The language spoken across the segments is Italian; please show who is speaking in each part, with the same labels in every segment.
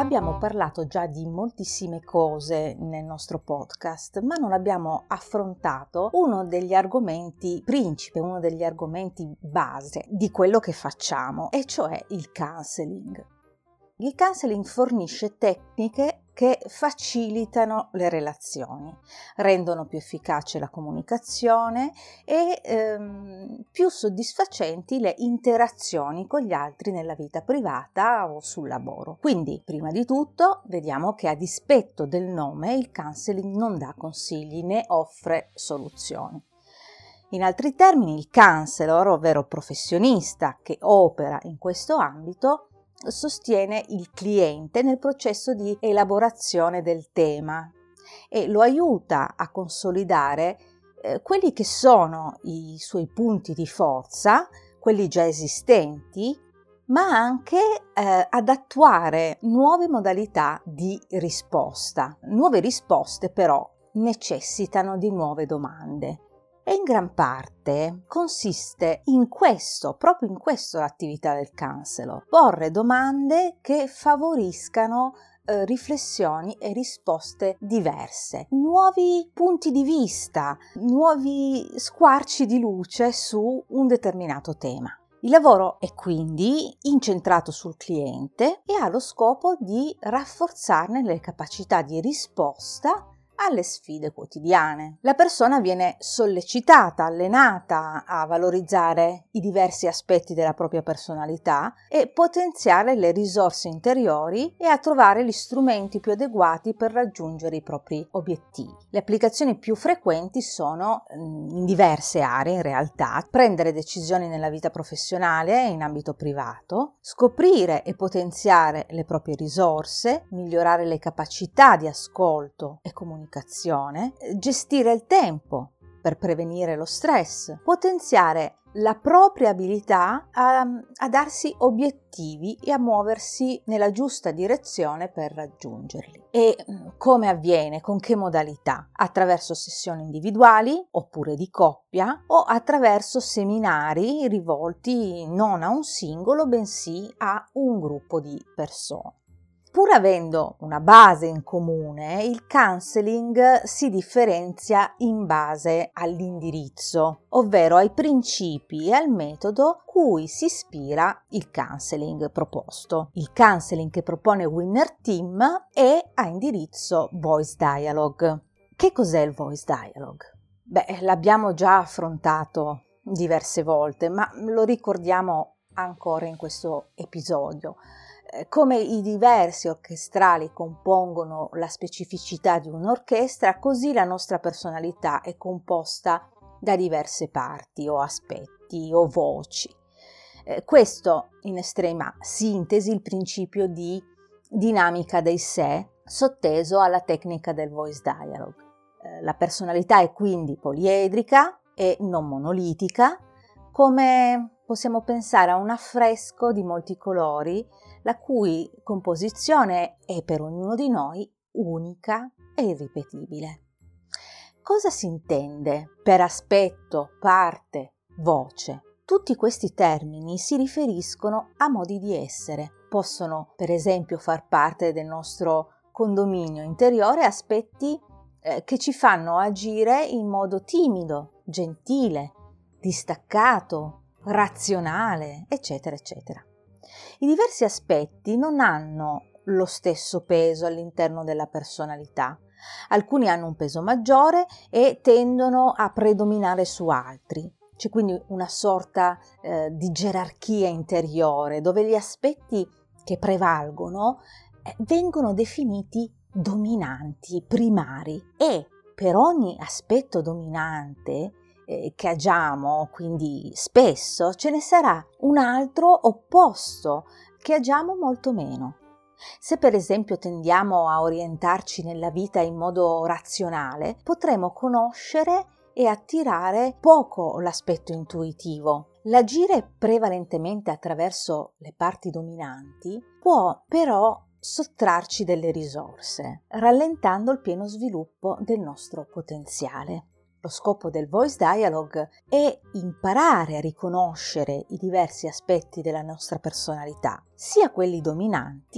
Speaker 1: Abbiamo parlato già di moltissime cose nel nostro podcast, ma non abbiamo affrontato uno degli argomenti principe, uno degli argomenti base di quello che facciamo, e cioè il counseling. Il counseling fornisce tecniche che facilitano le relazioni, rendono più efficace la comunicazione e più soddisfacenti le interazioni con gli altri nella vita privata o sul lavoro. Quindi, prima di tutto, vediamo che a dispetto del nome, il counseling non dà consigli né offre soluzioni. In altri termini, il counselor, ovvero professionista che opera in questo ambito, sostiene il cliente nel processo di elaborazione del tema e lo aiuta a consolidare quelli che sono i suoi punti di forza, quelli già esistenti, ma anche ad attuare nuove modalità di risposta. Nuove risposte però necessitano di nuove domande. E in gran parte consiste proprio in questo l'attività del counselor: porre domande che favoriscano riflessioni e risposte diverse, nuovi punti di vista, nuovi squarci di luce su un determinato tema. Il lavoro è quindi incentrato sul cliente e ha lo scopo di rafforzarne le capacità di risposta alle sfide quotidiane. La persona viene sollecitata, allenata a valorizzare i diversi aspetti della propria personalità e potenziare le risorse interiori e a trovare gli strumenti più adeguati per raggiungere i propri obiettivi. Le applicazioni più frequenti sono in diverse aree, in realtà: prendere decisioni nella vita professionale e in ambito privato, scoprire e potenziare le proprie risorse, migliorare le capacità di ascolto e comunicazione, gestire il tempo per prevenire lo stress, potenziare la propria abilità a darsi obiettivi e a muoversi nella giusta direzione per raggiungerli. E come avviene? Con che modalità? Attraverso sessioni individuali oppure di coppia o attraverso seminari rivolti non a un singolo bensì a un gruppo di persone. Pur avendo una base in comune, il counseling si differenzia in base all'indirizzo, ovvero ai principi e al metodo cui si ispira il counseling proposto. Il counseling che propone Winner Team è a indirizzo Voice Dialogue. Che cos'è il Voice Dialogue? L'abbiamo già affrontato diverse volte, ma lo ricordiamo ancora in questo episodio. Come i diversi orchestrali compongono la specificità di un'orchestra, così la nostra personalità è composta da diverse parti o aspetti o voci. Questo, in estrema sintesi, il principio di dinamica dei sé sotteso alla tecnica del voice dialogue. La personalità è quindi poliedrica e non monolitica, come possiamo pensare a un affresco di molti colori, la cui composizione è per ognuno di noi unica e irripetibile. Cosa si intende per aspetto, parte, voce? Tutti questi termini si riferiscono a modi di essere. Possono, per esempio, far parte del nostro condominio interiore aspetti che ci fanno agire in modo timido, gentile, distaccato, razionale, eccetera, eccetera. I diversi aspetti non hanno lo stesso peso all'interno della personalità. Alcuni hanno un peso maggiore e tendono a predominare su altri. C'è quindi una sorta di gerarchia interiore dove gli aspetti che prevalgono vengono definiti dominanti, primari, e per ogni aspetto dominante che agiamo, quindi spesso, ce ne sarà un altro opposto che agiamo molto meno. Se per esempio tendiamo a orientarci nella vita in modo razionale, potremo conoscere e attirare poco l'aspetto intuitivo. L'agire prevalentemente attraverso le parti dominanti può però sottrarci delle risorse, rallentando il pieno sviluppo del nostro potenziale. Lo scopo del Voice Dialogue è imparare a riconoscere i diversi aspetti della nostra personalità, sia quelli dominanti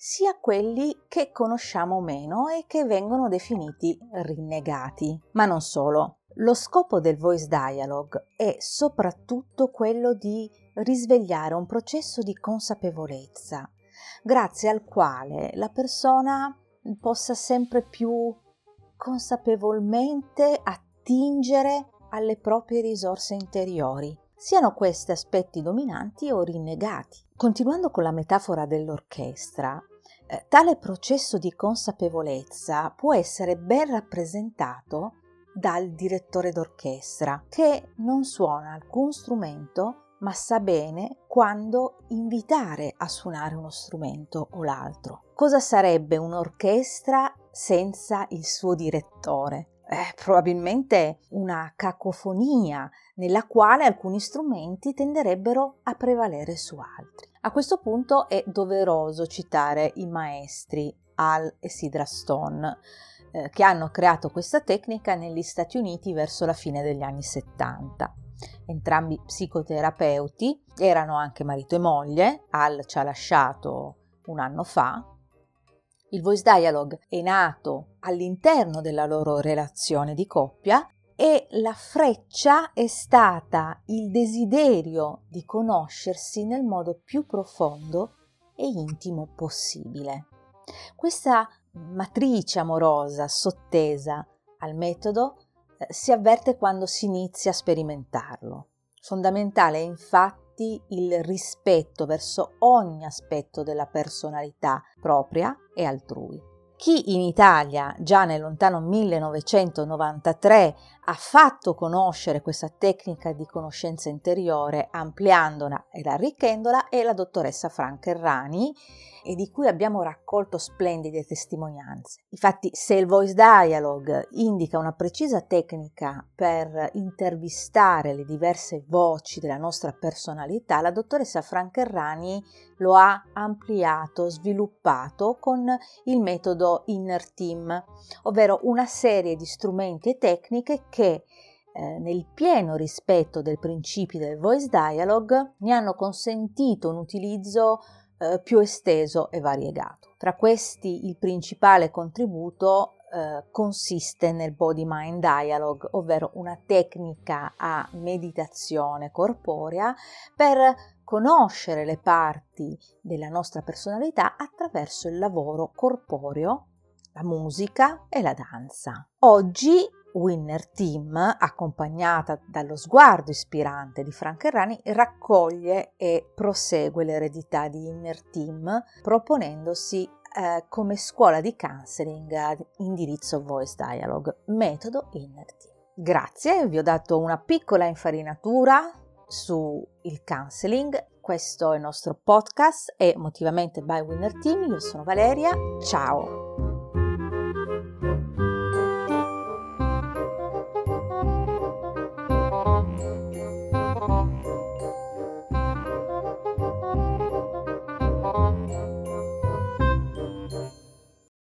Speaker 1: sia quelli che conosciamo meno e che vengono definiti rinnegati. Ma non solo. Lo scopo del voice dialogue è soprattutto quello di risvegliare un processo di consapevolezza, grazie al quale la persona possa sempre più consapevolmente attingere alle proprie risorse interiori, siano questi aspetti dominanti o rinnegati. Continuando con la metafora dell'orchestra, tale processo di consapevolezza può essere ben rappresentato dal direttore d'orchestra, che non suona alcun strumento, ma sa bene quando invitare a suonare uno strumento o l'altro. Cosa sarebbe un'orchestra senza il suo direttore? Probabilmente una cacofonia nella quale alcuni strumenti tenderebbero a prevalere su altri. A questo punto è doveroso citare i maestri Hall e Sidra Stone, che hanno creato questa tecnica negli Stati Uniti verso la fine degli anni 70. Entrambi psicoterapeuti, erano anche marito e moglie. Hall ci ha lasciato un anno fa. Il voice dialogue è nato all'interno della loro relazione di coppia e la freccia è stata il desiderio di conoscersi nel modo più profondo e intimo possibile. Questa matrice amorosa sottesa al metodo si avverte quando si inizia a sperimentarlo. Fondamentale è infatti il rispetto verso ogni aspetto della personalità propria e altrui. Chi in Italia già nel lontano 1993 ha fatto conoscere questa tecnica di conoscenza interiore, ampliandola ed arricchendola, è la dottoressa Franca Errani, e di cui abbiamo raccolto splendide testimonianze. Infatti, se il voice dialogue indica una precisa tecnica per intervistare le diverse voci della nostra personalità, la dottoressa Franca Errani lo ha ampliato, sviluppato con il metodo Inner Team, ovvero una serie di strumenti e tecniche che nel pieno rispetto dei principi del voice dialogue ne hanno consentito un utilizzo più esteso e variegato. Tra questi il principale contributo consiste nel Body Mind Dialogue, ovvero una tecnica a meditazione corporea per conoscere le parti della nostra personalità attraverso il lavoro corporeo, la musica e la danza. Oggi Winner Team, accompagnata dallo sguardo ispirante di Franca Errani, raccoglie e prosegue l'eredità di Inner Team, proponendosi come scuola di counseling ad indirizzo voice dialogue, metodo Inner Team. Grazie, vi ho dato una piccola infarinatura sul counseling. Questo è il nostro podcast, Emotivamente by Winner Team. Io sono Valeria, ciao!